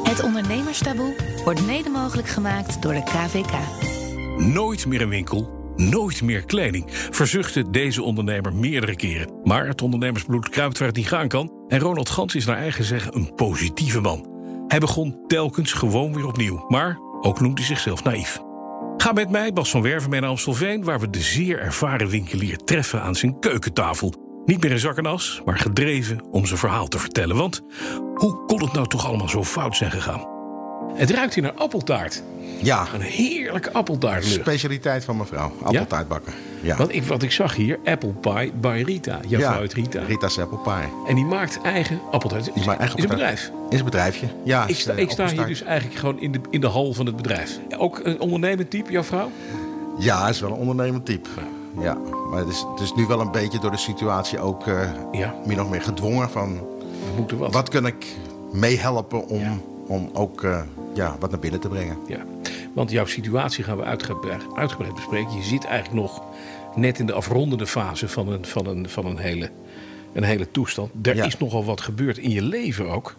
Het Ondernemerstaboe wordt mede mogelijk gemaakt door de KVK. Nooit meer een winkel, nooit meer kleding, verzuchtte deze ondernemer meerdere keren. Maar het ondernemersbloed kruipt waar het niet gaan kan. En Ronald Gans is naar eigen zeggen een positieve man. Hij begon telkens gewoon weer opnieuw. Maar ook noemt hij zichzelf naïef. Ga met mij, Bas van Werven, mee naar Amstelveen, waar we de zeer ervaren winkelier treffen aan zijn keukentafel. Niet meer in zak en as, maar gedreven om zijn verhaal te vertellen. Want hoe kon het nou toch allemaal zo fout zijn gegaan? Het ruikt hier naar appeltaart. Ja. Een heerlijke appeltaartlucht. Specialiteit van mevrouw. Appeltaart bakken. Ja. Wat ik zag hier, apple pie by Rita. Jouw vrouw heet Rita. Rita's apple pie. En die maakt eigen appeltaart. Is een bedrijf. Is een bedrijfje. Ja. Ik sta hier dus eigenlijk gewoon in de hal van het bedrijf. Ook een ondernemend type, jouw vrouw? Ja, is wel een ondernemend type. Ja. Maar het is nu wel een beetje door de situatie ook min of meer gedwongen van... We moeten wat kan ik meehelpen om ook wat naar binnen te brengen. Ja. Want jouw situatie gaan we uitgebreid bespreken. Je zit eigenlijk nog net in de afrondende fase van een hele toestand. Er is nogal wat gebeurd in je leven ook.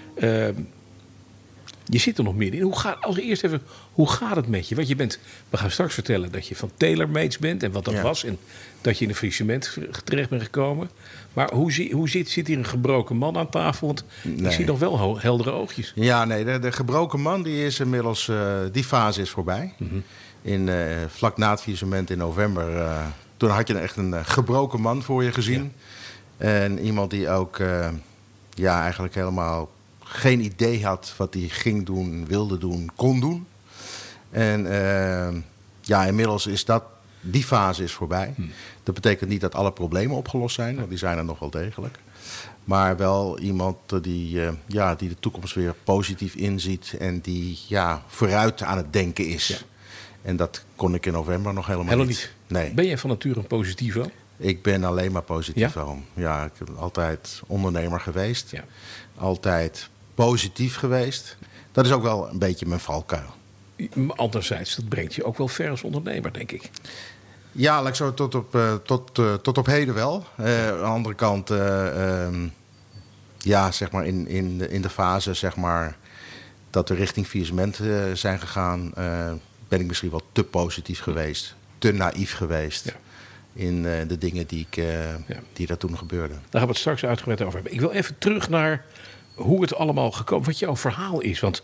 Je zit er nog middenin. Hoe gaat het met je? Want we gaan straks vertellen dat je van TaylorMade's bent en wat dat was. En dat je in een faillissement terecht bent gekomen. Maar hoe zit hier een gebroken man aan tafel? Want ik zie nog wel heldere oogjes. Ja, nee, de gebroken man die is inmiddels... die fase is voorbij. Mm-hmm. Vlak na het faillissement in november... toen had je echt een gebroken man voor je gezien. Ja. En iemand die ook eigenlijk helemaal... geen idee had wat hij ging doen, wilde doen, kon doen. En inmiddels is die fase is voorbij. Dat betekent niet dat alle problemen opgelost zijn, want die zijn er nog wel degelijk. Maar wel iemand die de toekomst weer positief inziet en die vooruit aan het denken is. Ja. En dat kon ik in november nog helemaal niet. Nee. Ben jij van nature een positivo? Ik ben alleen maar positivo. Ja, ik ben altijd ondernemer geweest. Ja. Altijd positief geweest. Dat is ook wel een beetje mijn valkuil. Anderzijds, dat brengt je ook wel ver als ondernemer, denk ik. Ja, laat ik zo tot op heden wel. Aan de andere kant, zeg maar in de fase zeg maar, dat we richting faillissement zijn gegaan... ben ik misschien wel te positief geweest. Te naïef geweest. Ja. In de dingen die daar toen gebeurden. Daar gaan we het straks uitgebreid over hebben. Ik wil even terug naar hoe het allemaal gekomen... wat jouw verhaal is. Want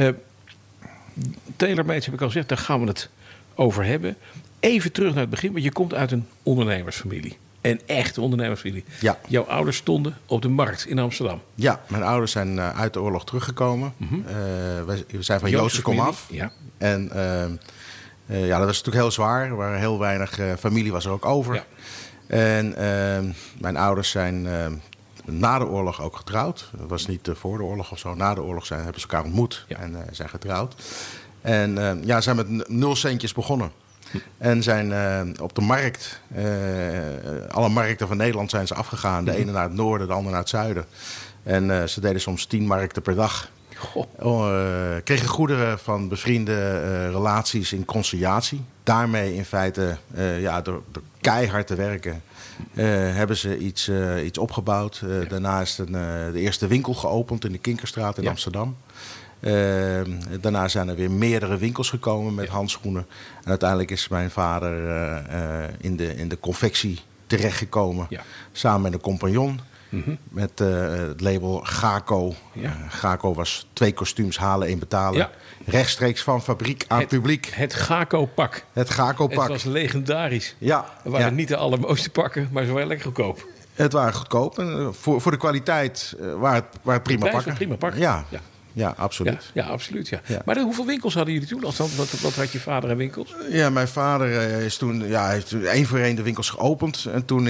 TaylorMade's heb ik al gezegd, daar gaan we het over hebben. Even terug naar het begin, want je komt uit een ondernemersfamilie. Een echte ondernemersfamilie. Ja. Jouw ouders stonden op de markt in Amsterdam. Ja, mijn ouders zijn uit de oorlog teruggekomen. Mm-hmm. We zijn van Joodse komaf. Ja. En dat was natuurlijk heel zwaar. Er waren heel weinig familie was er ook over. Ja. En mijn ouders zijn na de oorlog ook getrouwd. Dat was niet voor de oorlog of zo. Na de oorlog hebben ze elkaar ontmoet en zijn getrouwd. En zijn met 0 centjes begonnen. En zijn op de markt, alle markten van Nederland zijn ze afgegaan. De ene naar het noorden, de andere naar het zuiden. En ze deden soms 10 markten per dag. Kregen goederen van bevriende relaties in conciliatie. Daarmee in feite, door keihard te werken, hebben ze iets opgebouwd. Daarna is de eerste winkel geopend in de Kinkerstraat in Amsterdam. Daarna zijn er weer meerdere winkels gekomen met handschoenen. En uiteindelijk is mijn vader in de confectie terechtgekomen. Ja. Samen met een compagnon. Mm-hmm. Met het label Gaco. Ja. Gaco was 2 kostuums halen, 1 betalen. Ja. Rechtstreeks van fabriek aan publiek. Het Gaco-pak. Het Gaco-pak. Het was legendarisch. Ja. Het waren niet de allermooiste pakken, maar ze waren lekker goedkoop. Het waren goedkoop. En voor de kwaliteit waren het prima pakken. Prima pakken. Ja. Ja, absoluut. Ja, absoluut. Ja. Ja. Maar hoeveel winkels hadden jullie toen? Wat had je vader aan winkels? Ja, mijn vader is toen heeft 1 voor 1 de winkels geopend. En toen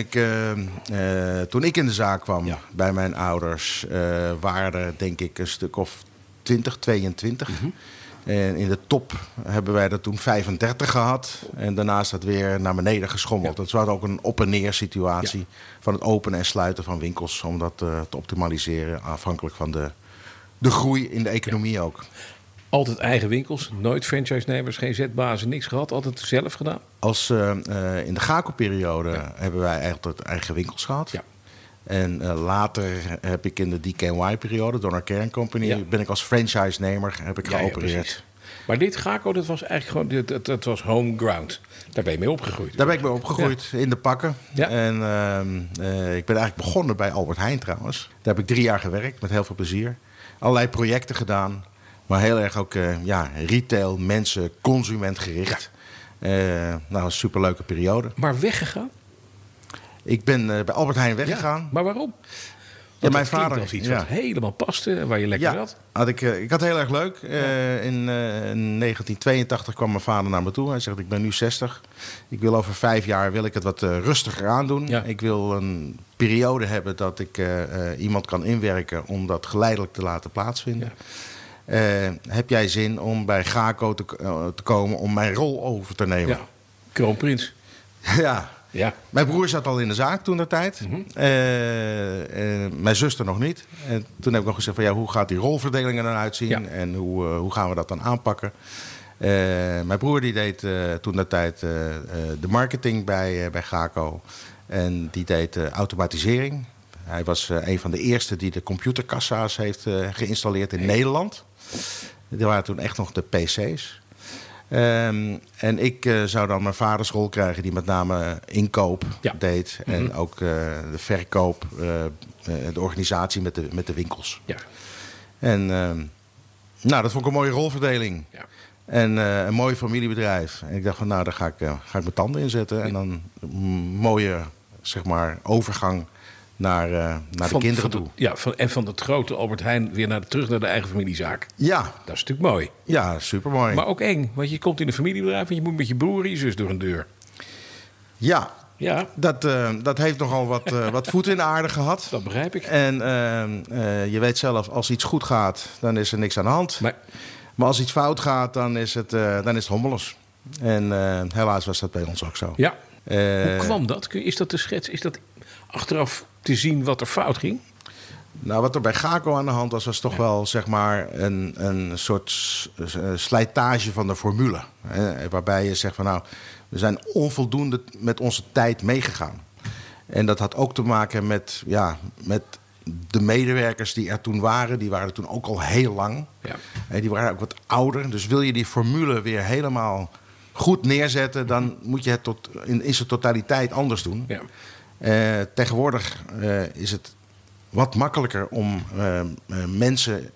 ik in de zaak kwam bij mijn ouders, waren er denk ik een stuk of 22. Mm-hmm. En in de top hebben wij er toen 35 gehad. En daarna is dat weer naar beneden geschommeld. Ja. Het was ook een op- en neer situatie van het openen en sluiten van winkels. Om dat te optimaliseren afhankelijk van de groei in de economie ook. Altijd eigen winkels, nooit franchise-nemers, geen zetbazen, niks gehad. Altijd zelf gedaan? In de Gaco-periode hebben wij altijd eigen winkels gehad. Ja. En later heb ik in de DKNY-periode, Donner Kern Company, ben ik als franchise-nemer geopereerd. Maar dit GACO, dat was eigenlijk gewoon, dat was home ground. Daar ben je mee opgegroeid. Daar ben ik mee opgegroeid, in de pakken. Ja. En ik ben eigenlijk begonnen bij Albert Heijn trouwens. Daar heb ik 3 jaar gewerkt, met heel veel plezier. Allerlei projecten gedaan. Maar heel erg ook retail, mensen, consumentgericht. Een superleuke periode. Maar weggegaan? Ik ben bij Albert Heijn weggegaan. Ja, maar waarom? Ja, mijn vader was iets wat helemaal paste en waar je lekker zat. Ik had heel erg leuk. In 1982 kwam mijn vader naar me toe. Hij zegt, ik ben nu 60. Ik wil over 5 jaar wil ik het wat rustiger aandoen. Ja. Ik wil een periode hebben dat ik iemand kan inwerken om dat geleidelijk te laten plaatsvinden. Ja. Heb jij zin om bij GACO te komen om mijn rol over te nemen? Ja, kroonprins. Ja. Ja. Mijn broer zat al in de zaak toen der tijd. Mm-hmm. Mijn zuster nog niet. En toen heb ik nog gezegd van hoe gaat die rolverdeling er dan uitzien? Ja. En hoe gaan we dat dan aanpakken? Mijn broer die deed toen der tijd de marketing bij GACO. En die deed automatisering. Hij was een van de eerste die de computerkassa's heeft geïnstalleerd in Nederland. Die waren toen echt nog de PC's. En ik zou dan mijn vaders rol krijgen die met name inkoop deed. Mm-hmm. En ook de verkoop, de organisatie met de winkels. Ja. En dat vond ik een mooie rolverdeling. Ja. En een mooi familiebedrijf. En ik dacht van daar ga ik mijn tanden in zetten. Ja. En dan een mooie overgang naar de kinderen toe. En van het grote Albert Heijn weer terug naar de eigen familiezaak. Ja. Dat is natuurlijk mooi. Ja, supermooi. Maar ook eng, want je komt in een familiebedrijf en je moet met je broer en je zus door een deur. Ja, dat heeft nogal wat voet in de aarde gehad. Dat begrijp ik. En je weet zelf, als iets goed gaat, dan is er niks aan de hand. Maar als iets fout gaat, dan is het hommeles. En helaas was dat bij ons ook zo. Ja. Hoe kwam dat? Is dat de schets? Is dat achteraf te zien wat er fout ging? Nou, wat er bij GACO aan de hand was toch wel een soort slijtage van de formule. Waarbij je zegt van we zijn onvoldoende met onze tijd meegegaan. En dat had ook te maken met de medewerkers die er toen waren. Die waren toen ook al heel lang. Ja. Die waren ook wat ouder. Dus wil je die formule weer helemaal goed neerzetten, dan moet je het in zijn totaliteit anders doen. Ja. Tegenwoordig is het wat makkelijker om mensen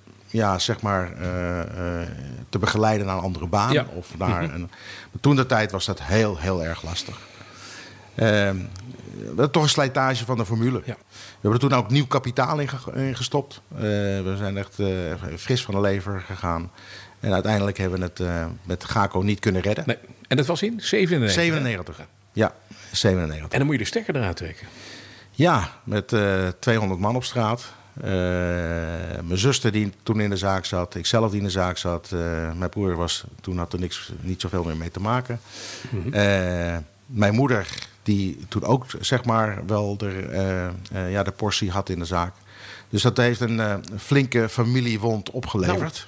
te begeleiden naar een andere baan. Ja. Of naar toen de tijd was dat heel, heel erg lastig. Toch een slijtage van de formule. Ja. We hebben er toen ook nieuw kapitaal in gestopt. We zijn echt fris van de lever gegaan. En uiteindelijk hebben we het met GACO niet kunnen redden. Nee. En dat was in 97? 97. Ja, 97. En dan moet je de stekker eruit trekken. Ja, met 200 man op straat. Mijn zuster die toen in de zaak zat. Ikzelf die in de zaak zat. Mijn broer toen had er niet zoveel meer mee te maken. Mm-hmm. Mijn moeder die toen ook wel de portie had in de zaak. Dus dat heeft een flinke familiewond opgeleverd.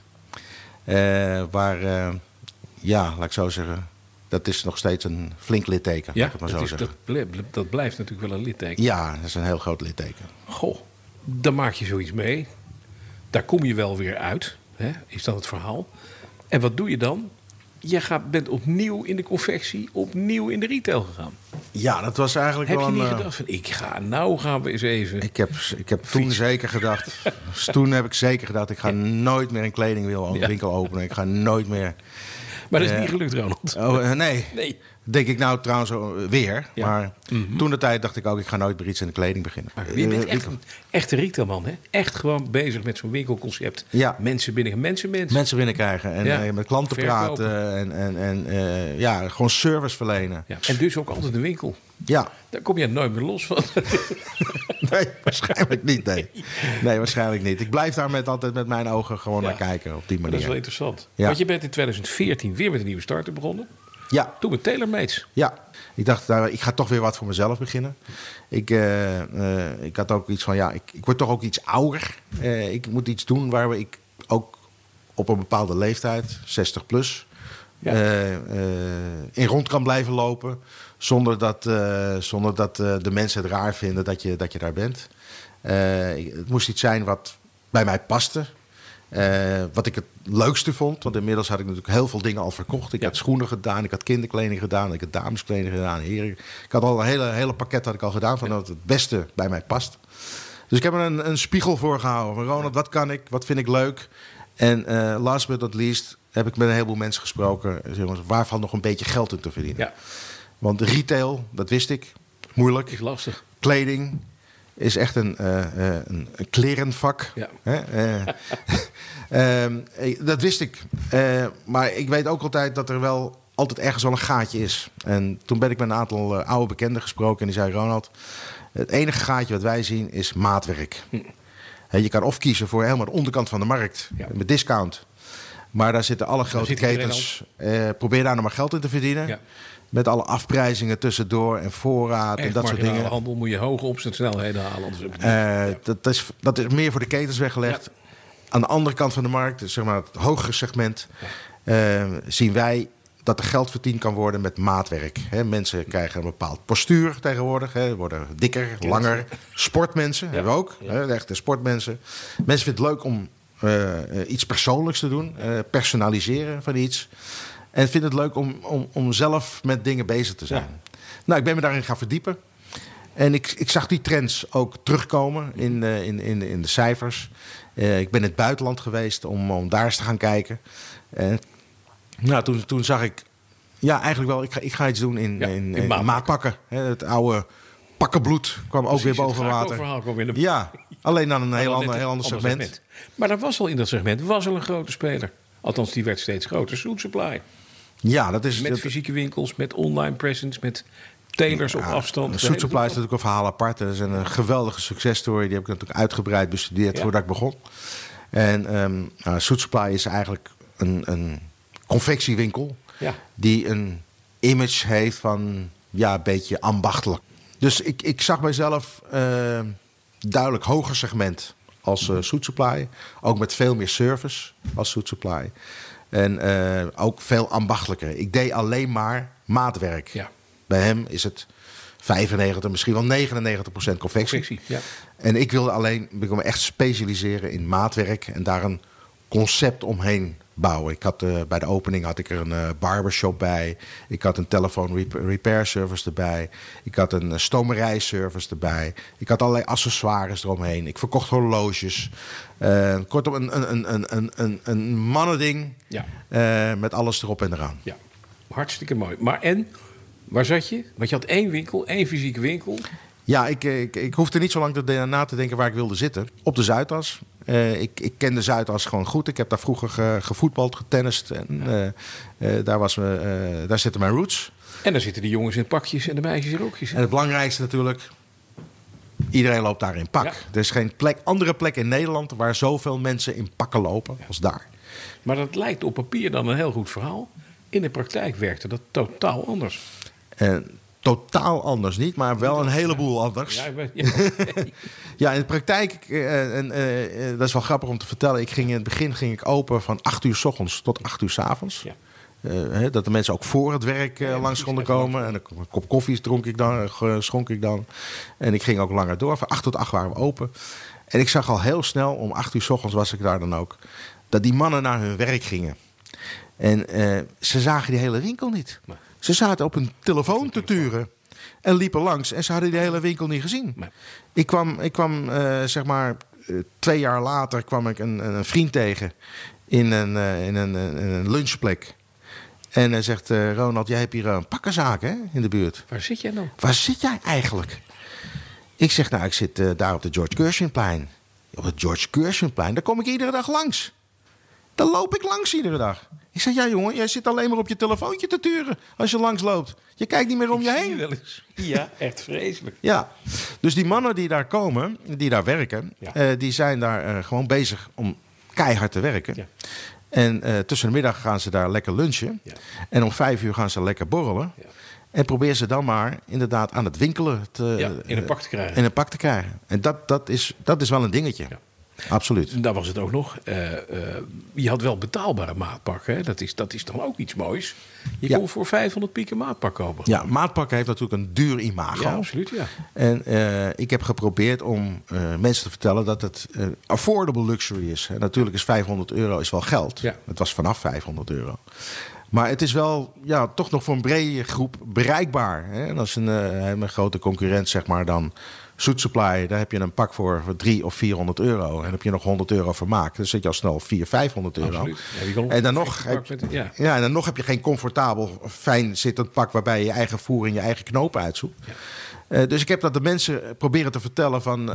Laat ik zo zeggen, dat is nog steeds een flink litteken. Ja, dat blijft natuurlijk wel een litteken. Ja, dat is een heel groot litteken. Goh, dan maak je zoiets mee. Daar kom je wel weer uit, hè? Is dat het verhaal. En wat doe je dan? Je bent opnieuw in de confectie, opnieuw in de retail gegaan. Ja, dat was eigenlijk Heb je niet gedacht van, gaan we eens even... Ik heb toen zeker gedacht. Toen heb ik zeker gedacht, ik ga nooit meer een kledingwinkel openen. Ik ga nooit meer... Maar dat is niet gelukt, Ronald. Nee. Denk ik nou trouwens weer. Ja. Maar toen de tijd dacht ik ook, ik ga nooit meer iets in de kleding beginnen. Je bent echt een echte retailman, hè? Echt gewoon bezig met zo'n winkelconcept. Ja. Mensen binnenkrijgen. En met klanten praten. En gewoon service verlenen. Ja. En dus ook altijd een winkel. Ja. Daar kom je nooit meer los van. Nee, waarschijnlijk niet. Nee, waarschijnlijk niet. Ik blijf daar altijd met mijn ogen gewoon naar kijken op die manier. Dat is wel interessant. Ja. Want je bent in 2014 weer met een nieuwe start-up begonnen. Ja. Toen met TaylorMates. Ja. Ik dacht, ik ga toch weer wat voor mezelf beginnen. Ik had ook iets van, ik word toch ook iets ouder. Ik moet iets doen waar ik ook op een bepaalde leeftijd, 60 plus... in rond kan blijven lopen. Zonder dat de mensen het raar vinden dat je daar bent. Het moest iets zijn wat bij mij paste. Wat ik het leukste vond. Want inmiddels had ik natuurlijk heel veel dingen al verkocht. Ik had schoenen gedaan, ik had kinderkleding gedaan, ik had dameskleding gedaan. Ik had al een hele pakket had ik al gedaan van dat het beste bij mij past. Dus ik heb er een spiegel voor gehouden. Van Ronald, wat kan ik? Wat vind ik leuk? En last but not least heb ik met een heleboel mensen gesproken. Jongens, waar valt nog een beetje geld in te verdienen? Ja. Want retail, dat wist ik, moeilijk. Is lastig. Kleding is echt een klerenvak. Ja. Dat wist ik. Maar ik weet ook altijd dat er wel altijd ergens wel een gaatje is. En toen ben ik met een aantal oude bekenden gesproken. En die zei, Ronald, het enige gaatje wat wij zien is maatwerk. Je kan of kiezen voor helemaal de onderkant van de markt. Ja. Met discount. Maar daar zitten alle grote ketens. Probeer daar nog maar geld in te verdienen. Ja. Met alle afprijzingen tussendoor en voorraad en dat soort dingen. In handel moet je hoge opzetsnelheden halen. Dat is meer voor de ketens weggelegd. Ja. Aan de andere kant van de markt, dus zeg maar het hogere segment, zien wij dat er geld verdiend kan worden met maatwerk. Mensen krijgen een bepaald postuur tegenwoordig. Worden dikker, langer. Sportmensen hebben we ook. Echte sportmensen. Mensen vinden het leuk om iets persoonlijks te doen. Personaliseren van iets. En vinden het leuk om zelf met dingen bezig te zijn. Ja. Nou, ik ben me daarin gaan verdiepen. En ik zag die trends ook terugkomen in de cijfers. Ik ben in het buitenland geweest om daar eens te gaan kijken. Toen zag ik... Ja, eigenlijk wel, ik ga iets doen in maatpakken. Het oude pakkenbloed kwam ook weer boven water. Ja, alleen dan een heel ander segment. Maar er was al in dat segment een grote speler. Althans, die werd steeds groter. Suit Supply. Ja, dat is... Met fysieke winkels, met online presence, met tailors op afstand. Suit Supply is natuurlijk een verhaal apart. Dat is een geweldige successtory. Die heb ik natuurlijk uitgebreid bestudeerd voordat ik begon. En Suit Supply is eigenlijk een confectiewinkel die een image heeft van een beetje ambachtelijk. Dus ik zag mijzelf duidelijk hoger segment als Suit Supply. Ook met veel meer service als Suit Supply. En ook veel ambachtelijker. Ik deed alleen maar maatwerk. Ja. Bij hem is het 95, misschien wel 99% confectie. Ja. En ik wilde me echt specialiseren in maatwerk en daar een concept omheen bouwen. Ik had, bij de opening had ik er een barbershop bij. Ik had een telefoon repair service erbij. Ik had een stomerijservice erbij. Ik had allerlei accessoires eromheen. Ik verkocht horloges. Kortom, een mannending met alles erop en eraan. Ja, hartstikke mooi. Maar en, waar zat je? Want je had één winkel, één fysieke winkel. Ja, ik hoefde niet zo lang na te denken waar ik wilde zitten. Op de Zuidas. Ik ken de Zuidas gewoon goed. Ik heb daar vroeger gevoetbald, getennist. En daar zitten mijn roots. En daar zitten de jongens in pakjes en de meisjes in rokjes. En het belangrijkste natuurlijk, iedereen loopt daar in pak. Ja. Er is geen andere plek in Nederland waar zoveel mensen in pakken lopen als daar. Maar dat lijkt op papier dan een heel goed verhaal. In de praktijk werkte dat totaal anders. Totaal anders niet, maar wel een heleboel anders. Ja, in de praktijk, dat is wel grappig om te vertellen. In het begin ging ik open van 8 uur 's ochtends tot 8 uur 's avonds. Ja. Dat de mensen ook voor het werk langs konden komen. En een kop koffie schonk ik dan. En ik ging ook langer door. Van 8 tot 8 waren we open. En ik zag al heel snel, om 8 uur 's ochtends was ik daar dan ook, dat die mannen naar hun werk gingen. En ze zagen die hele winkel niet. Nee. Ze zaten op hun telefoon te turen en liepen langs. En ze hadden die hele winkel niet gezien. Nee. Ik kwam zeg maar 2 jaar later kwam ik een vriend tegen in een lunchplek. En hij zegt, Ronald, jij hebt hier een pakkenzaak in de buurt. Waar zit jij dan? Waar zit jij eigenlijk? Ik zeg, ik zit daar op de George Curzonplein. Op het George Curzonplein, daar kom ik iedere dag langs. Daar loop ik langs iedere dag. Ik zeg, ja jongen, jij zit alleen maar op je telefoontje te turen als je langs loopt. Je kijkt niet meer om je heen. Wel eens. Ja, echt vreselijk. Ja, dus die mannen die daar komen, die daar werken, die zijn daar gewoon bezig om keihard te werken. Ja. En tussen de middag gaan ze daar lekker lunchen. Ja. En om 5 uur gaan ze lekker borrelen. Ja. En probeer ze dan maar inderdaad aan het winkelen in een pak te krijgen. In een pak te krijgen. En dat is wel een dingetje. Ja. absoluut. Daar was het ook nog. Je had wel betaalbare maatpakken. Hè? Dat is dan ook iets moois. Je kon voor 500 piek een maatpak kopen. Ja, maatpakken heeft natuurlijk een duur imago. Ja, absoluut, ja. En ik heb geprobeerd om mensen te vertellen dat het affordable luxury is. En natuurlijk is €500 is wel geld. Ja. Het was vanaf €500. Maar het is wel toch nog voor een brede groep bereikbaar. Hè? En als een grote concurrent, zeg maar, dan Suit Supply, daar heb je een pak voor €300 of €400. En dan heb je nog €100 vermaak. Dan zit je al snel €400, €500. Ja, en dan nog en dan nog heb je geen comfortabel, fijn zittend pak waarbij je je eigen voer en je eigen knopen uitzoekt. Ja. Dus ik heb dat de mensen proberen te vertellen van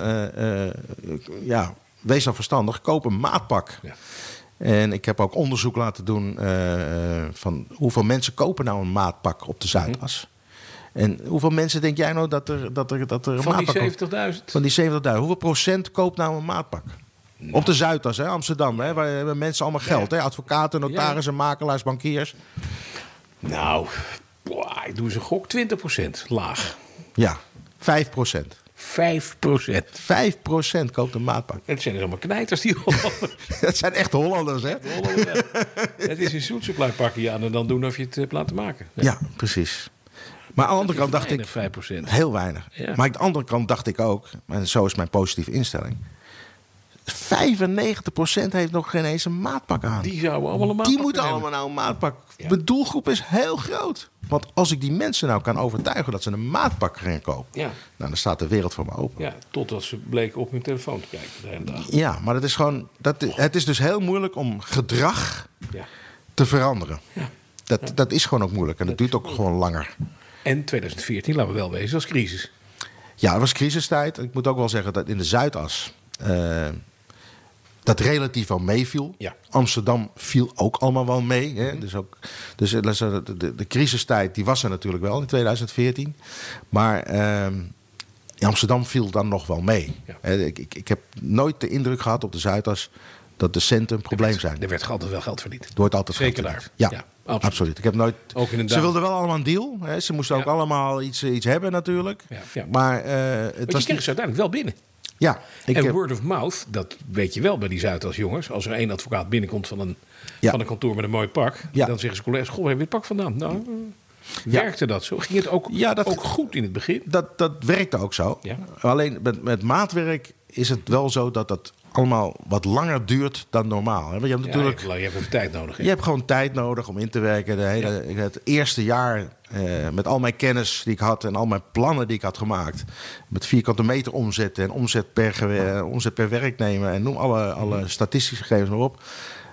wees dan verstandig, koop een maatpak. Ja. En ik heb ook onderzoek laten doen van hoeveel mensen kopen nou een maatpak op de Zuidas. En hoeveel mensen denk jij nou dat er een van maatpak... Die 70.000? Van die 70.000. Hoeveel procent koopt nou een maatpak? Nou. Op de Zuidas, hè, Amsterdam. Hè, waar hebben mensen allemaal geld. Hè? Advocaten, notarissen, makelaars, bankiers. Nou, ik doe ze gok 20%. Laag. Ja, 5%. 5%. 5% koopt een maatpak. Het zijn allemaal knijters, die Hollanders. Dat zijn echt Hollanders, hè? Het is een Suit Supply pakje aan en dan doen of je het hebt laten maken. Ja, precies. Maar aan de andere kant dacht ik... 5%. Heel weinig. Ja. Maar aan de andere kant dacht ik ook... en zo is mijn positieve instelling... 95% heeft nog geen eens een maatpak aan. Die zouden allemaal een maatpak Die moeten allemaal nou een maatpak. Ja. De doelgroep is heel groot. Want als ik die mensen nou kan overtuigen... dat ze een maatpak gaan kopen... nou, dan staat de wereld voor me open. Ja, totdat ze bleken op hun telefoon te kijken de hele dag. Ja, maar dat is gewoon... het is dus heel moeilijk om gedrag te veranderen. Ja. Dat is gewoon ook moeilijk. En dat duurt ook gewoon langer. En 2014, laten we wel wezen, was crisis. Ja, het was crisistijd. Ik moet ook wel zeggen dat in de Zuidas... dat relatief wel meeviel. Ja. Amsterdam viel ook allemaal wel mee. Hè? Dus de crisistijd die was er natuurlijk wel in 2014. Maar in Amsterdam viel dan nog wel mee. Ja. Ik heb nooit de indruk gehad op de Zuidas... dat de centen een probleem zijn. Er werd altijd wel geld verdiend. Er wordt altijd zeker geld daar. Ja, absoluut. Ik heb nooit... Ze wilden wel allemaal een deal. Hè? Ze moesten ook allemaal iets hebben natuurlijk. Ja. Ja. Maar het was je kreeg ze uiteindelijk wel binnen. Ja, word of mouth, dat weet je wel bij die Zuidas jongens. Als er één advocaat binnenkomt van een kantoor met een mooi pak... dan zeggen ze collega's, goh, waar heb je het pak vandaan? Nou, werkte dat zo? Ging het ook goed in het begin? Dat werkte ook zo. Ja. Alleen met maatwerk is het wel zo dat dat allemaal wat langer duurt dan normaal. Want je hebt natuurlijk, je hebt even tijd nodig. Hè? Je hebt gewoon tijd nodig om in te werken. Het eerste jaar met al mijn kennis die ik had en al mijn plannen die ik had gemaakt. Met vierkante meter omzetten en omzet per werknemer en noem alle statistische gegevens maar op.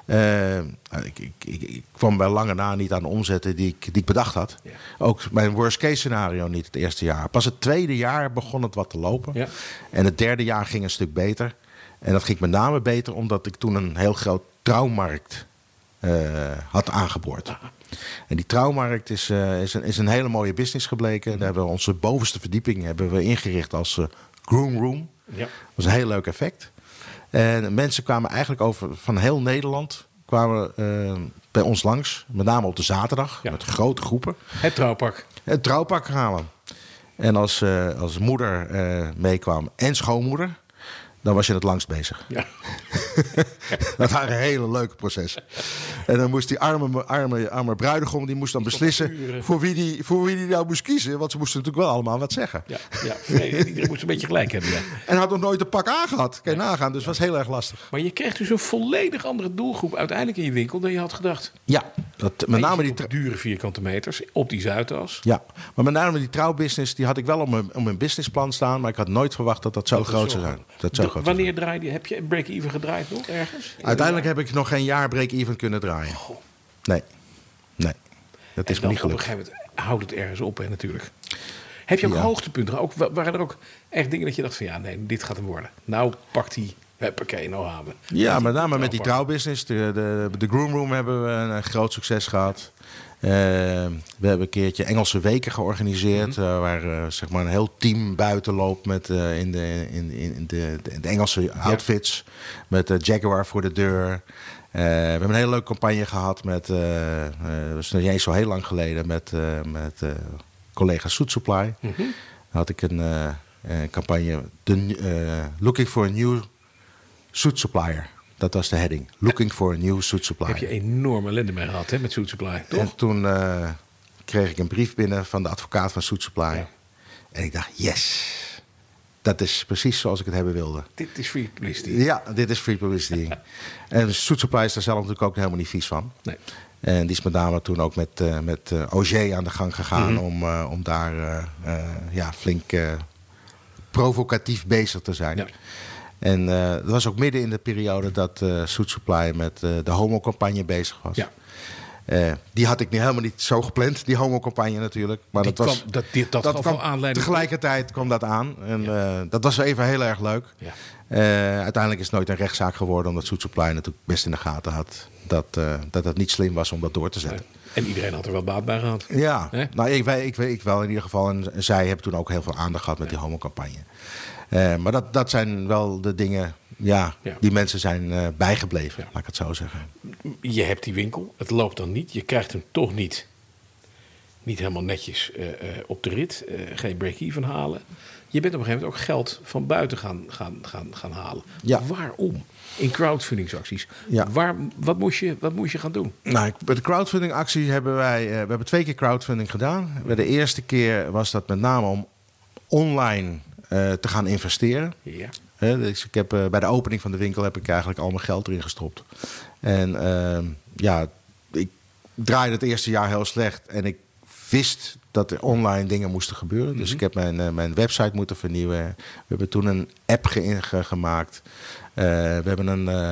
Ik kwam bij lange na niet aan de omzetten die ik bedacht had. Ja. Ook mijn worst case scenario niet het eerste jaar. Pas het tweede jaar begon het wat te lopen. Ja. En het derde jaar ging een stuk beter. En dat ging met name beter omdat ik toen een heel groot trouwmarkt had aangeboord. Aha. En die trouwmarkt is een hele mooie business gebleken. Daar hebben we onze bovenste verdieping ingericht als groom room. Ja. Dat was een heel leuk effect. En mensen kwamen eigenlijk van heel Nederland bij ons langs. Met name op de zaterdag. Ja. Met grote groepen. Het trouwpak. Het trouwpak halen. En als moeder meekwam en schoonmoeder... dan was je het langst bezig. Ja. Dat waren hele leuke processen. En dan moest die arme bruidegom... die moest dan beslissen voor wie die nou moest kiezen. Want ze moesten natuurlijk wel allemaal wat zeggen. Iedereen moest een beetje gelijk hebben. Ja. En had nog nooit een pak aangehad. Kan je nagaan. Dus het was heel erg lastig. Maar je kreeg dus een volledig andere doelgroep... uiteindelijk in je winkel dan je had gedacht. Ja. Met name die dure vierkante meters op die Zuidas. Ja. Maar met name die trouwbusiness... die had ik wel op mijn businessplan staan... maar ik had nooit verwacht dat dat zo groot zou zijn. Wanneer draaide je? Heb je break-even gedraaid nog ergens? Uiteindelijk heb ik nog geen jaar break-even kunnen draaien. Oh. Nee. Dat is me niet gelukt. Op een gegeven moment houdt het ergens op, hè, natuurlijk. Heb je ook hoogtepunten? Waren er ook echt dingen dat je dacht van... ja, nee, dit gaat hem worden. Nou, pakt die... Huppakee, nou hebben. Ja, met name met die trouwbusiness. De groom room hebben we een groot succes gehad. We hebben een keertje Engelse weken georganiseerd. Waar zeg maar een heel team buiten loopt met, in de Engelse outfits. Met Jaguar voor de deur. We hebben een hele leuke campagne gehad met... dat is nog niet eens zo heel lang geleden. Met collega Suit Supply. Had ik een campagne... Looking for a new suit supplier. Dat was de heading. Looking for a new suit supplier. Heb je enorme ellende mee gehad, hè, met Suit Supply, toch? En toen kreeg ik een brief binnen van de advocaat van Suit Supply. Ja. En ik dacht, yes. Dat is precies zoals ik het hebben wilde. Dit is free publicity. Ja, dit is free publicity. En Suit Supply is daar zelf natuurlijk ook helemaal niet vies van. Nee. En die is met name toen ook met OG aan de gang gegaan om daar flink provocatief bezig te zijn. Ja. En dat was ook midden in de periode dat Suit Supply met de homo-campagne bezig was. Ja. Die had ik helemaal niet zo gepland, die homo-campagne natuurlijk. Maar dat kwam aanleiding. Tegelijkertijd kwam dat aan. En dat was even heel erg leuk. Ja. Uiteindelijk is het nooit een rechtszaak geworden, omdat Suit Supply natuurlijk best in de gaten had dat het niet slim was om dat door te zetten. En iedereen had er wel baat bij gehad. Ja, nou, ik wel in ieder geval. En zij hebben toen ook heel veel aandacht gehad met die homo-campagne. Maar dat zijn wel de dingen die mensen zijn bijgebleven, laat ik het zo zeggen. Je hebt die winkel, het loopt dan niet. Je krijgt hem toch niet helemaal netjes op de rit. Ga je break-even halen. Je bent op een gegeven moment ook geld van buiten gaan halen. Ja. Waarom? In crowdfundingsacties. Ja. Wat moest je gaan doen? Nou, bij de crowdfundingactie hebben we hebben 2 keer crowdfunding gedaan. Bij de eerste keer was dat met name om online te gaan investeren. Ja. Dus ik heb, bij de opening van de winkel heb ik eigenlijk al mijn geld erin gestopt. En ik draaide het eerste jaar heel slecht. En ik wist dat er online dingen moesten gebeuren. Mm-hmm. Dus ik heb mijn website moeten vernieuwen. We hebben toen een app gemaakt. We hebben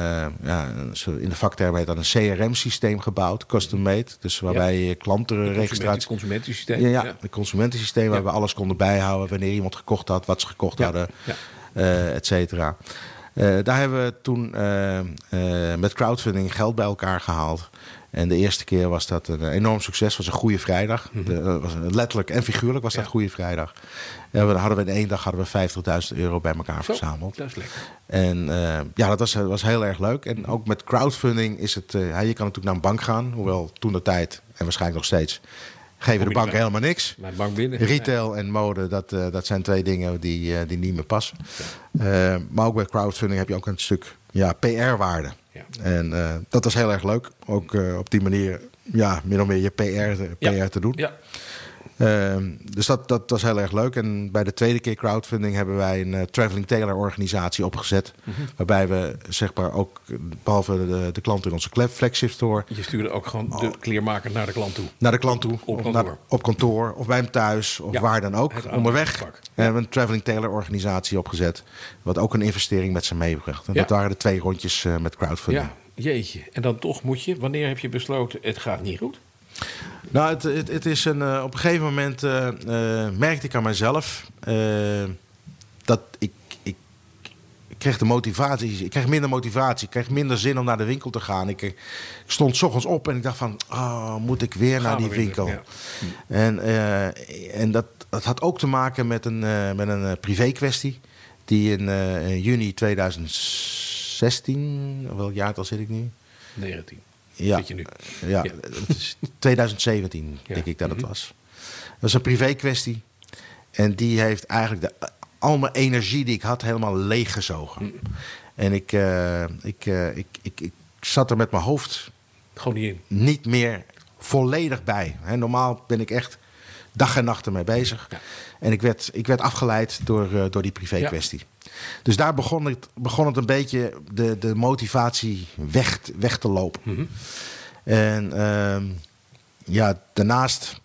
in de vakterm heet dat een CRM-systeem gebouwd, custom made. Dus waarbij je klantenregistratie... Het consumentensysteem. Ja, het consumentensysteem waar we alles konden bijhouden. Wanneer iemand gekocht had, wat ze gekocht hadden, et cetera. Daar hebben we toen met crowdfunding geld bij elkaar gehaald. En de eerste keer was dat een enorm succes. Was een goede vrijdag. Letterlijk en figuurlijk was dat Goede Vrijdag. En dan hadden we in 1 dag €50.000 bij elkaar verzameld. Dat is lekker. En dat was heel erg leuk. En ook met crowdfunding is het... je kan natuurlijk naar een bank gaan. Hoewel toen de tijd, en waarschijnlijk nog steeds... geven de banken helemaal niks. Bank binnen. Retail en mode, dat zijn 2 dingen die niet meer passen. Ja. Maar ook bij crowdfunding heb je ook een stuk PR-waarde. Ja. En dat was heel erg leuk. Ook op die manier min of meer je PR te doen. Ja. Dus dat was heel erg leuk. En bij de tweede keer crowdfunding hebben wij een traveling tailor organisatie opgezet. Mm-hmm. Waarbij we zeg maar ook, behalve de klant in onze flagship store... Je stuurde ook gewoon de kleermaker naar de klant toe? Naar de klant toe. Op kantoor. Of bij hem thuis. Of waar dan ook. Onderweg. En we hebben een traveling tailor organisatie opgezet. Wat ook een investering met zich meebracht. En dat waren de 2 rondjes met crowdfunding. Ja, jeetje. En dan toch wanneer heb je besloten, het gaat niet goed? Nou, het is op een gegeven moment merkte ik aan mezelf dat ik kreeg de motivatie. Ik kreeg minder motivatie. Ik kreeg minder zin om naar de winkel te gaan. Ik stond 's ochtends op en ik dacht van, moet ik weer naar die winkel? Ja. En dat had ook te maken met een privé kwestie die in juni 2016, welk jaartal zit ik nu? 19. Ja, zit je nu? Ja. Het is 2017 denk ik dat het was. Dat was een privé kwestie. En die heeft eigenlijk al mijn energie die ik had helemaal leeggezogen. En ik zat er met mijn hoofd gewoon niet in. Niet meer volledig bij. Normaal ben ik echt dag en nacht ermee bezig. Ja. En ik werd afgeleid door die privé kwestie. Ja. Dus daar begon het een beetje de motivatie weg te lopen. Mm-hmm. En daarnaast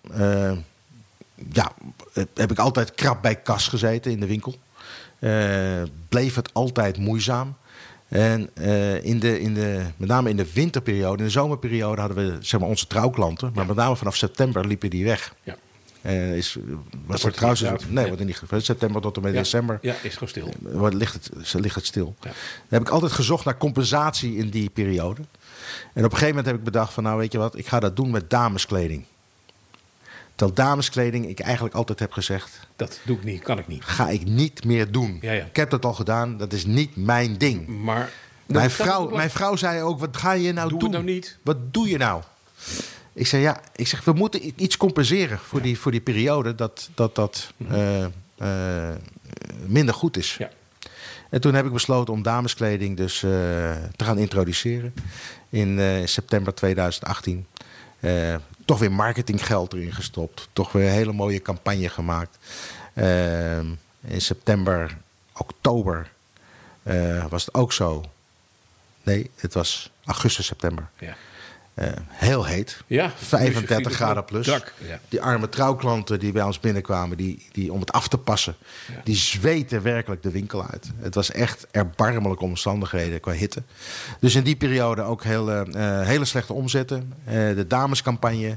heb ik altijd krap bij kas gezeten in de winkel. Bleef het altijd moeizaam. En met name in de winterperiode, in de zomerperiode hadden we zeg maar onze trouwklanten. Maar met name vanaf september liepen die weg. Ja. Wordt er niet van september tot en met december. Ja, is gewoon stil. Ligt het stil. Ja. Dan heb ik altijd gezocht naar compensatie in die periode. En op een gegeven moment heb ik bedacht van, nou weet je wat, ik ga dat doen met dameskleding. Terwijl dameskleding, ik eigenlijk altijd heb gezegd, dat doe ik niet, kan ik niet. Ga ik niet meer doen. Ja. Ik heb dat al gedaan, dat is niet mijn ding. Maar mijn vrouw zei ook, wat ga je nou doen? Doe het nou niet. Wat doe je nou? Ik zeg, we moeten iets compenseren voor die periode dat minder goed is. Ja. En toen heb ik besloten om dameskleding dus te gaan introduceren. In september 2018. Toch weer marketinggeld erin gestopt. Toch weer een hele mooie campagne gemaakt. In september, oktober was het ook zo. Nee, het was augustus, september. Ja. Heel heet. Ja, 35 graden plus. Ja. Die arme trouwklanten die bij ons binnenkwamen, die om het af te passen, die zweten werkelijk de winkel uit. Het was echt erbarmelijke omstandigheden qua hitte. Dus in die periode ook hele slechte omzetten. De damescampagne.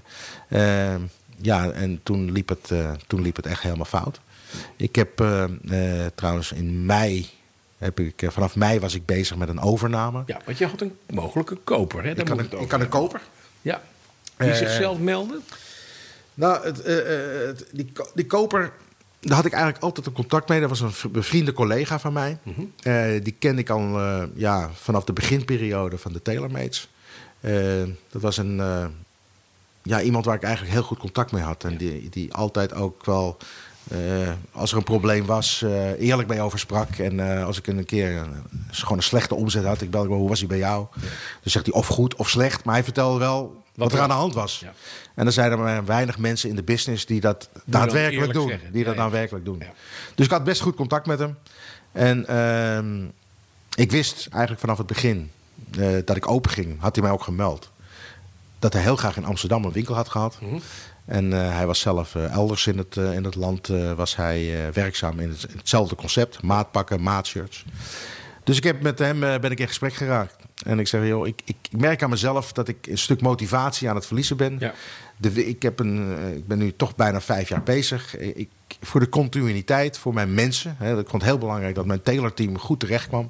En toen liep het echt helemaal fout. Ik heb trouwens in mei... vanaf mei was ik bezig met een overname. Ja, want je had een mogelijke koper. Hè? Ik kan een koper. Ja. Die zichzelf melden? Nou, die koper, daar had ik eigenlijk altijd een contact mee. Dat was een bevriende collega van mij. Mm-hmm. Die kende ik al vanaf de beginperiode van de TaylorMades. Dat was iemand waar ik eigenlijk heel goed contact mee had. En die altijd ook wel... als er een probleem was, eerlijk mee over sprak. En als ik een keer gewoon een slechte omzet had, ik belde hem, hoe was hij bij jou? Ja. Dus zegt hij of goed of slecht, maar hij vertelde wel wat er aan de hand was. Ja. En dan zijn er maar weinig mensen in de business die dat daadwerkelijk doen. Ja. Dus ik had best goed contact met hem. En ik wist eigenlijk vanaf het begin dat ik open ging, had hij mij ook gemeld. Dat hij heel graag in Amsterdam een winkel had gehad. Mm-hmm. En hij was zelf elders in het land was hij werkzaam in hetzelfde concept. Maatpakken, maatshirts. Dus met hem ben ik in gesprek geraakt. En ik zeg, joh, ik merk aan mezelf dat ik een stuk motivatie aan het verliezen ben. Ja. Ik ben nu toch bijna 5 jaar bezig. Voor de continuïteit, voor mijn mensen. Ik vond het heel belangrijk dat mijn tailorteam goed terecht kwam.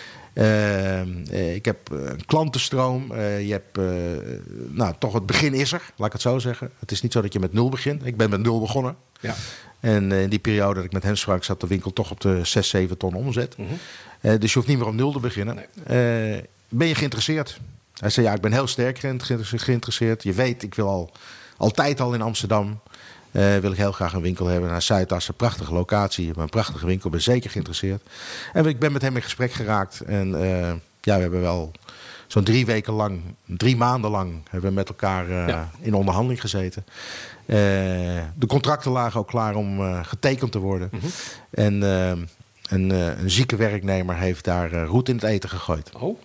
Ik heb een klantenstroom. Je hebt, toch het begin is er, laat ik het zo zeggen. Het is niet zo dat je met 0 begint. Ik ben met 0 begonnen. Ja. En in die periode dat ik met hem sprak, zat de winkel toch op de 6-7 ton omzet. Mm-hmm. Dus je hoeft niet meer op 0 te beginnen. Nee. Ben je geïnteresseerd? Hij zei, ja, ik ben heel sterk geïnteresseerd. Je weet, ik wil altijd al in Amsterdam. Wil ik heel graag een winkel hebben. Naar Zuidas, een prachtige locatie. Een prachtige winkel, ben zeker geïnteresseerd. En ik ben met hem in gesprek geraakt. En we hebben wel zo'n 3 maanden lang hebben we met elkaar in onderhandeling gezeten. De contracten lagen ook klaar om getekend te worden. Mm-hmm. En een zieke werknemer heeft daar roet in het eten gegooid. Oh.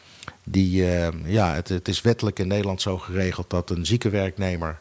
Het is wettelijk in Nederland zo geregeld dat een zieke werknemer...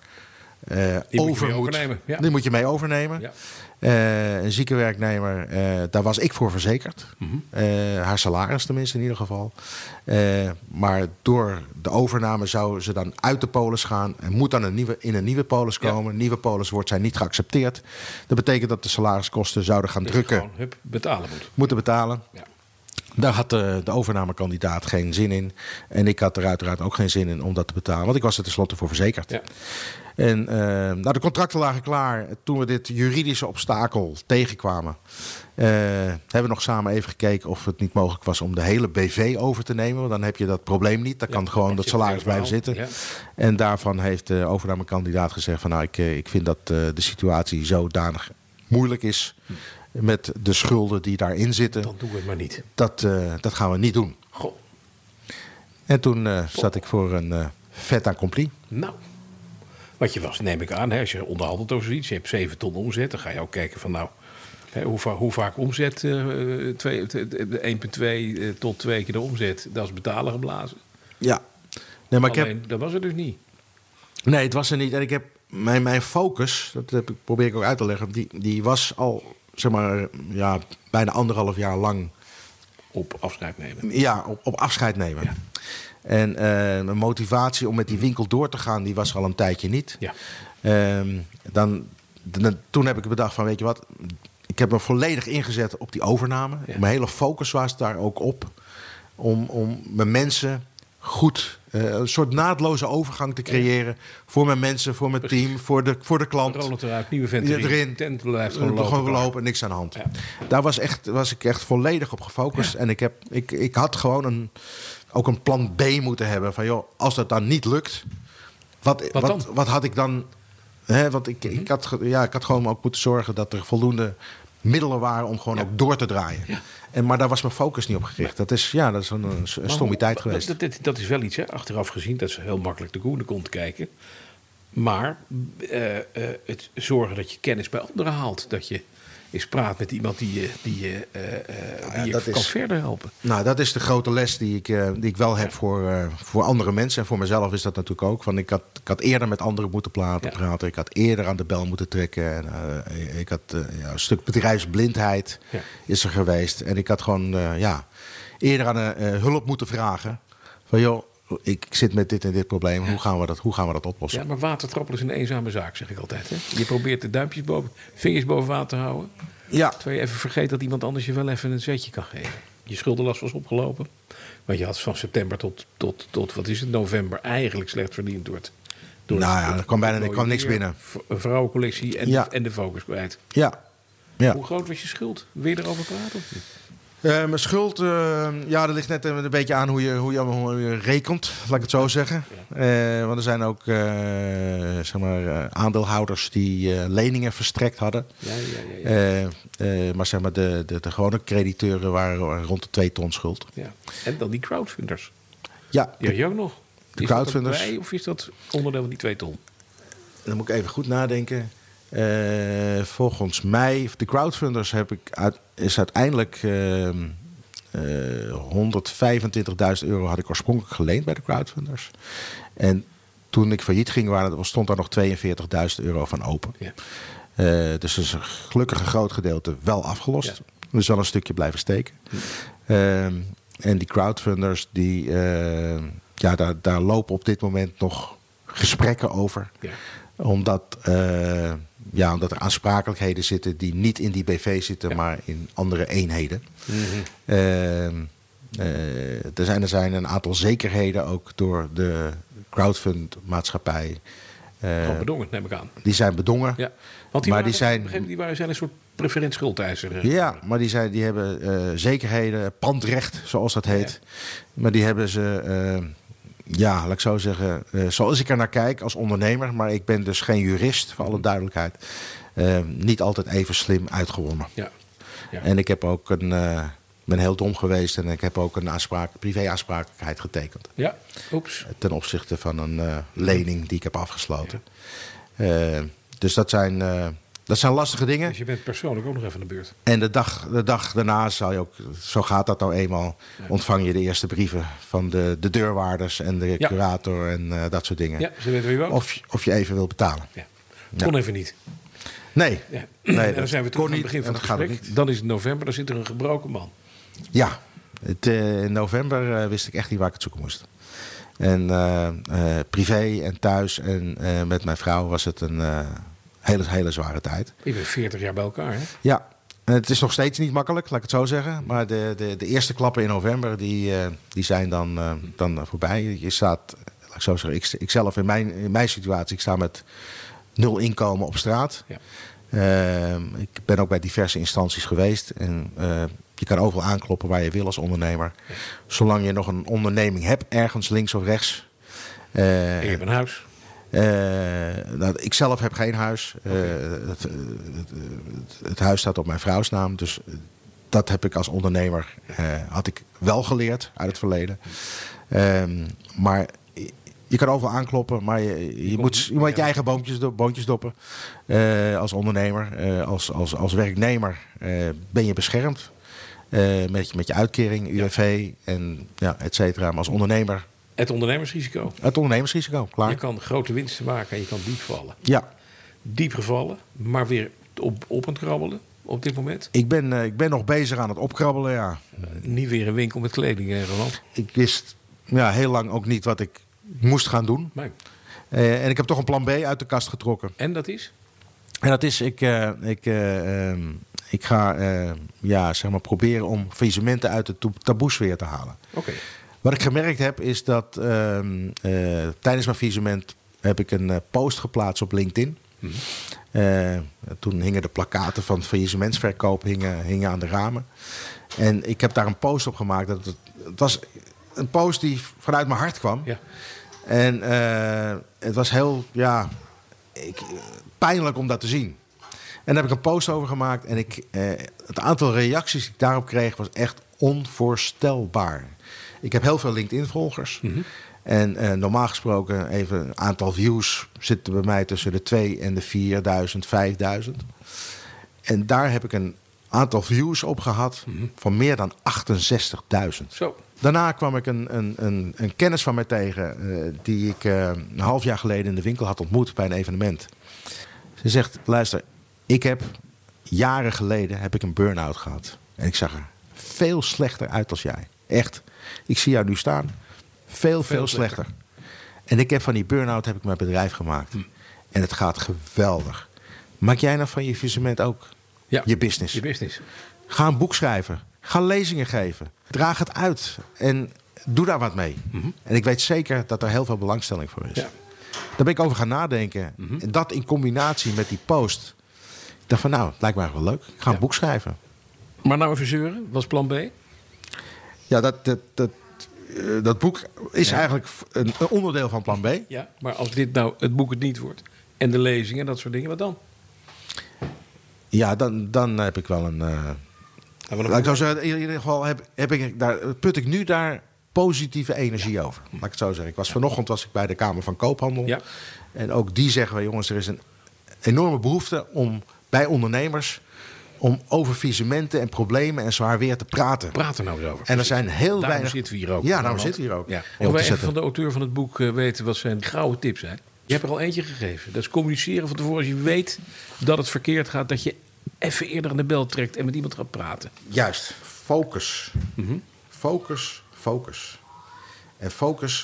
Die moet je mee overnemen. Ja. Een zieke werknemer, daar was ik voor verzekerd. Mm-hmm. Haar salaris tenminste in ieder geval. Maar door de overname zou ze dan uit de polis gaan... en moet dan in een nieuwe polis komen. Ja. Nieuwe polis wordt zij niet geaccepteerd. Dat betekent dat de salariskosten zouden gaan drukken. Betalen moeten betalen. Ja. Daar had de overnamekandidaat geen zin in. En ik had er uiteraard ook geen zin in om dat te betalen. Want ik was er tenslotte voor verzekerd. Ja. En de contracten lagen klaar. Toen we dit juridische obstakel tegenkwamen... hebben we nog samen even gekeken of het niet mogelijk was... om de hele BV over te nemen. Want dan heb je dat probleem niet. Dan kan gewoon dat salaris blijven zitten. Ja. En daarvan heeft de overnamekandidaat gezegd... van, ik vind dat de situatie zodanig moeilijk is... met de schulden die daarin zitten. Dan doen we het maar niet. Dat gaan we niet doen. Goh. En toen zat ik voor een fait accompli. Nou, wat je was, neem ik aan. Hè, als je onderhandelt over zoiets, je hebt 7 ton omzet. Dan ga je ook kijken van hoe vaak omzet, 1,2 tot 2 keer de omzet, dat is betalen geblazen. Ja. Nee, maar alleen, dat was het dus niet. Nee, het was er niet. En ik heb mijn focus, probeer ik ook uit te leggen, die was al... zeg maar, bijna 1,5 jaar lang... Op afscheid nemen. Ja, op afscheid nemen. Ja. En mijn motivatie om met die winkel door te gaan... die was er al een tijdje niet. Ja. Toen heb ik bedacht van, weet je wat... ik heb me volledig ingezet op die overname. Ja. Mijn hele focus was daar ook op... om mijn mensen... goed, een soort naadloze overgang te creëren... voor mijn mensen, voor mijn team, voor de klant. Ronald eruit, nieuwe ventering. Erin, tent blijft gewoon lopen, niks aan de hand. Ja. Daar was ik echt volledig op gefocust. Ja. En ik had gewoon ook een plan B moeten hebben. Van joh, als dat dan niet lukt... Wat had ik dan... Want ik had gewoon ook moeten zorgen dat er voldoende middelen waren om gewoon ook door te draaien. Ja. Maar daar was mijn focus niet op gericht. Dat is een stommiteit geweest. Dat is wel iets, hè? Achteraf gezien. Dat is heel makkelijk de goede kont kijken. Maar het zorgen dat je kennis bij anderen haalt. Dat je eens praat met iemand die je kan verder helpen. Nou, dat is de grote les die ik wel heb voor andere mensen. En voor mezelf is dat natuurlijk ook. Van ik had eerder met anderen moeten praten. Ik had eerder aan de bel moeten trekken. En, ik had een stuk bedrijfsblindheid is er geweest. En ik had gewoon eerder aan hulp moeten vragen. Van joh, ik zit met dit en dit probleem. Hoe gaan we dat oplossen? Ja, maar watertrappelen is een eenzame zaak, zeg ik altijd. Hè? Je probeert de vingers boven water te houden. Ja. Terwijl je even vergeet dat iemand anders je wel even een zetje kan geven. Je schuldenlast was opgelopen. Want je had van september tot wat is het, november eigenlijk slecht verdiend door er kwam niks binnen. Een vrouwencollectie en de focus kwijt. Ja. Hoe groot was je schuld? Wil je erover praten of niet? Mijn schuld, dat ligt net een beetje aan hoe je rekent, laat ik het zo zeggen. Ja. Want er zijn ook aandeelhouders die leningen verstrekt hadden. Maar zeg maar de gewone crediteuren waren rond de 2 ton schuld. Ja. En dan die crowdfunders. Ja. Die had je ook nog. De crowdfunders. Is dat bij, of is dat onderdeel van die 2 ton? Dan moet ik even goed nadenken. Volgens mij, de crowdfunders is uiteindelijk €125.000 had ik oorspronkelijk geleend bij de crowdfunders. En toen ik failliet ging, stond daar nog €42.000 van open. Ja. Dus er is gelukkig een groot gedeelte wel afgelost. Ja. Dus wel een stukje blijven steken. En die crowdfunders, daar lopen op dit moment nog gesprekken over. Ja. Omdat er aansprakelijkheden zitten die niet in die BV zitten, maar in andere eenheden. Mm-hmm. Er zijn een aantal zekerheden ook door de crowdfundmaatschappij. Gewoon bedongen, neem ik aan. Die zijn bedongen. Ja. Want die zijn een soort preferent schuldeiser. Ja, maar die hebben zekerheden, pandrecht zoals dat heet. Ja. Maar die hebben ze... laat ik zo zeggen, zoals ik er naar kijk als ondernemer, maar ik ben dus geen jurist, voor alle duidelijkheid, niet altijd even slim uitgewonnen. Ja. Ja. En ik heb ook ben heel dom geweest en ik heb ook een privé-aansprakelijkheid getekend. Ja, oeps. Ten opzichte van een lening die ik heb afgesloten. Ja. Dus dat zijn lastige dingen. Dus je bent persoonlijk ook nog even aan de beurt. En de dag daarna zal je ook, zo gaat dat nou eenmaal, ontvang je de eerste brieven van de deurwaarders en de curator en dat soort dingen. Ja, ze weten wie je woont. Of je even wilt betalen. Ja. Kon even niet. Nee. Ja. Nee, en dan zijn we terug aan het begin van het gesprek. Dan is het november, dan zit er een gebroken man. Ja, in november wist ik echt niet waar ik het zoeken moest. En privé en thuis en met mijn vrouw was het een hele zware tijd. Je bent 40 jaar bij elkaar, hè? Ja, en het is nog steeds niet makkelijk, laat ik het zo zeggen. Maar de eerste klappen in november, die zijn dan voorbij. Je staat, laat ik zo zeggen, ik zelf in mijn situatie, ik sta met 0 inkomen op straat. Ja. Ik ben ook bij diverse instanties geweest. En je kan overal aankloppen waar je wil als ondernemer. Ja. Zolang je nog een onderneming hebt, ergens links of rechts. En je hebt een huis? Ik zelf heb geen huis. Het huis staat op mijn vrouws naam. Dus dat heb ik als ondernemer had ik wel geleerd uit het verleden. Maar je kan overal aankloppen, maar je moet je eigen boontjes doppen. Als ondernemer, als werknemer ben je beschermd. Met je uitkering, UWV en et cetera. Maar als ondernemer... Het ondernemersrisico. Het ondernemersrisico, klaar. Je kan grote winsten maken en je kan diep vallen. Ja. Diep gevallen, maar weer op aan het krabbelen op dit moment? Ik ben nog bezig aan het opkrabbelen, ja. Niet weer een winkel met kleding, hè, Roland? Ik wist heel lang ook niet wat ik moest gaan doen. Nee. En ik heb toch een plan B uit de kast getrokken. En dat is? En dat is, ik ga zeg maar proberen om faillissementen uit de taboesfeer te halen. Oké. Wat ik gemerkt heb is dat tijdens mijn faillissement heb ik een post geplaatst op LinkedIn. Toen hingen de plakkaten van faillissementsverkoop hingen aan de ramen. En ik heb daar een post op gemaakt. Het was een post die vanuit mijn hart kwam. Ja. En het was heel pijnlijk om dat te zien. En daar heb ik een post over gemaakt. En het aantal reacties die ik daarop kreeg was echt onvoorstelbaar. Ik heb heel veel LinkedIn-volgers. Mm-hmm. En normaal gesproken even een aantal views zitten bij mij tussen de 2 en de 4000, 5000. En daar heb ik een aantal views op gehad van meer dan 68.000. Zo. Daarna kwam ik een kennis van mij tegen die ik een half jaar geleden in de winkel had ontmoet bij een evenement. Ze zegt, luister, jaren geleden heb ik een burn-out gehad. En ik zag er veel slechter uit als jij. Echt. Ik zie jou nu staan. Veel slechter. En ik heb van die burn-out heb ik mijn bedrijf gemaakt. En het gaat geweldig. Maak jij nou van je visement ook je business? Je business. Ga een boek schrijven. Ga lezingen geven. Draag het uit. En doe daar wat mee. Mm-hmm. En ik weet zeker dat er heel veel belangstelling voor is. Ja. Daar ben ik over gaan nadenken. Mm-hmm. En dat in combinatie met die post. Ik dacht van het lijkt me eigenlijk wel leuk. Ik ga een boek schrijven. Maar nou even zeuren. Wat is plan B? Ja, dat boek is eigenlijk een onderdeel van plan B. Ja, maar als dit nou het boek het niet wordt en de lezingen en dat soort dingen, wat dan? Ja, dan heb ik wel een... laat ik zo zeggen, in ieder geval put ik nu daar positieve energie over. Laat ik het zo zeggen. Vanochtend was ik bij de Kamer van Koophandel. Ja. En ook die zeggen we, jongens, er is een enorme behoefte bij ondernemers om over faillissementen en problemen en zwaar weer te praten. Praat er nou eens over. En er zijn heel weinig... zitten we hier ook. Ja, zitten we hier ook. Ja. Of wij even van de auteur van het boek weten wat zijn gouden tips zijn. Je hebt er al eentje gegeven. Dat is communiceren van tevoren. Als je weet dat het verkeerd gaat, dat je even eerder aan de bel trekt en met iemand gaat praten. Juist. Focus. Mm-hmm. Focus. En focus...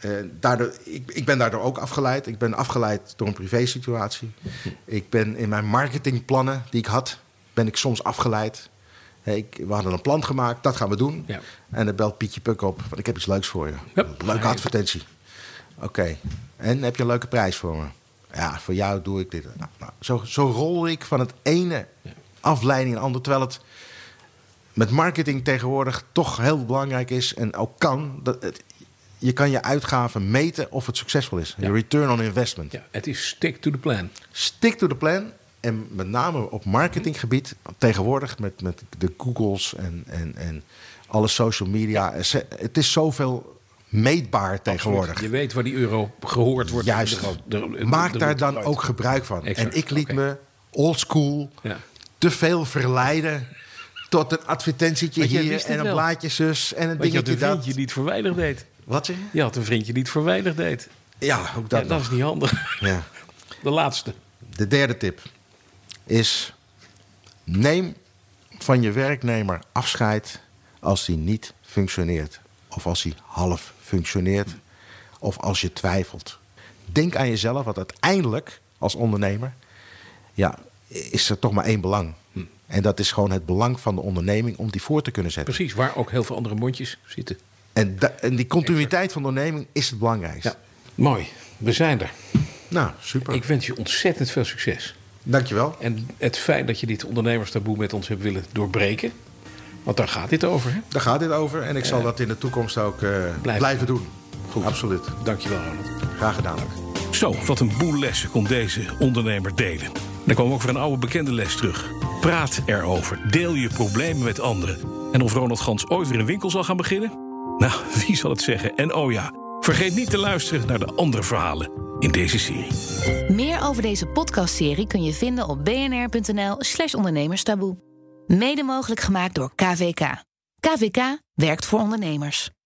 ik ben daardoor ook afgeleid. Ik ben afgeleid door een privésituatie. Ik ben in mijn marketingplannen die ik had... ben ik soms afgeleid. We hadden een plan gemaakt, dat gaan we doen. Ja. En dan belt Pietje Puk op, want ik heb iets leuks voor je. Yep. Leuke advertentie. Oké. En heb je een leuke prijs voor me? Ja, voor jou doe ik dit. Zo rol ik van het ene afleiding naar ander. Terwijl het met marketing tegenwoordig toch heel belangrijk is. En ook kan. Je kan je uitgaven meten of het succesvol is. Ja. Je return on investment. Ja, het is stick to the plan. Stick to the plan. En met name op marketinggebied, tegenwoordig met de Googles en alle social media. Het is zoveel meetbaar tegenwoordig. Absoluut. Je weet waar die euro gehoord wordt. Juist. Maak daar dan ook gebruik van. Exact. En ik liet me oldschool te veel verleiden tot een advertentietje hier en een blaadje zus en een dingetje dat. Je had een vriendje die het voor weinig deed. Wat zeg je? Je had een vriendje die het voor weinig deed. Ja, ook dat. Dat is niet handig. Ja. De laatste. De derde tip is: neem van je werknemer afscheid als die niet functioneert. Of als hij half functioneert. Of als je twijfelt. Denk aan jezelf, want uiteindelijk als ondernemer is er toch maar één belang. En dat is gewoon het belang van de onderneming om die voor te kunnen zetten. Precies, waar ook heel veel andere mondjes zitten. En die continuïteit van de onderneming is het belangrijkste. Ja. Mooi, we zijn er. Nou, super. Ik wens je ontzettend veel succes. Dankjewel. En het feit dat je dit ondernemerstaboe met ons hebt willen doorbreken. Want daar gaat dit over, hè? Daar gaat dit over. En ik zal dat in de toekomst ook blijven doen. Goed. Absoluut. Dankjewel, Ronald. Graag gedaan. Zo, wat een boel lessen kon deze ondernemer delen. Dan kwam ook weer een oude bekende les terug. Praat erover. Deel je problemen met anderen. En of Ronald Gans ooit weer een winkel zal gaan beginnen? Nou, wie zal het zeggen? En oh ja, vergeet niet te luisteren naar de andere verhalen in deze serie. Meer over deze podcastserie kun je vinden op bnr.nl/ondernemerstaboe. Mede mogelijk gemaakt door KVK. KVK werkt voor ondernemers.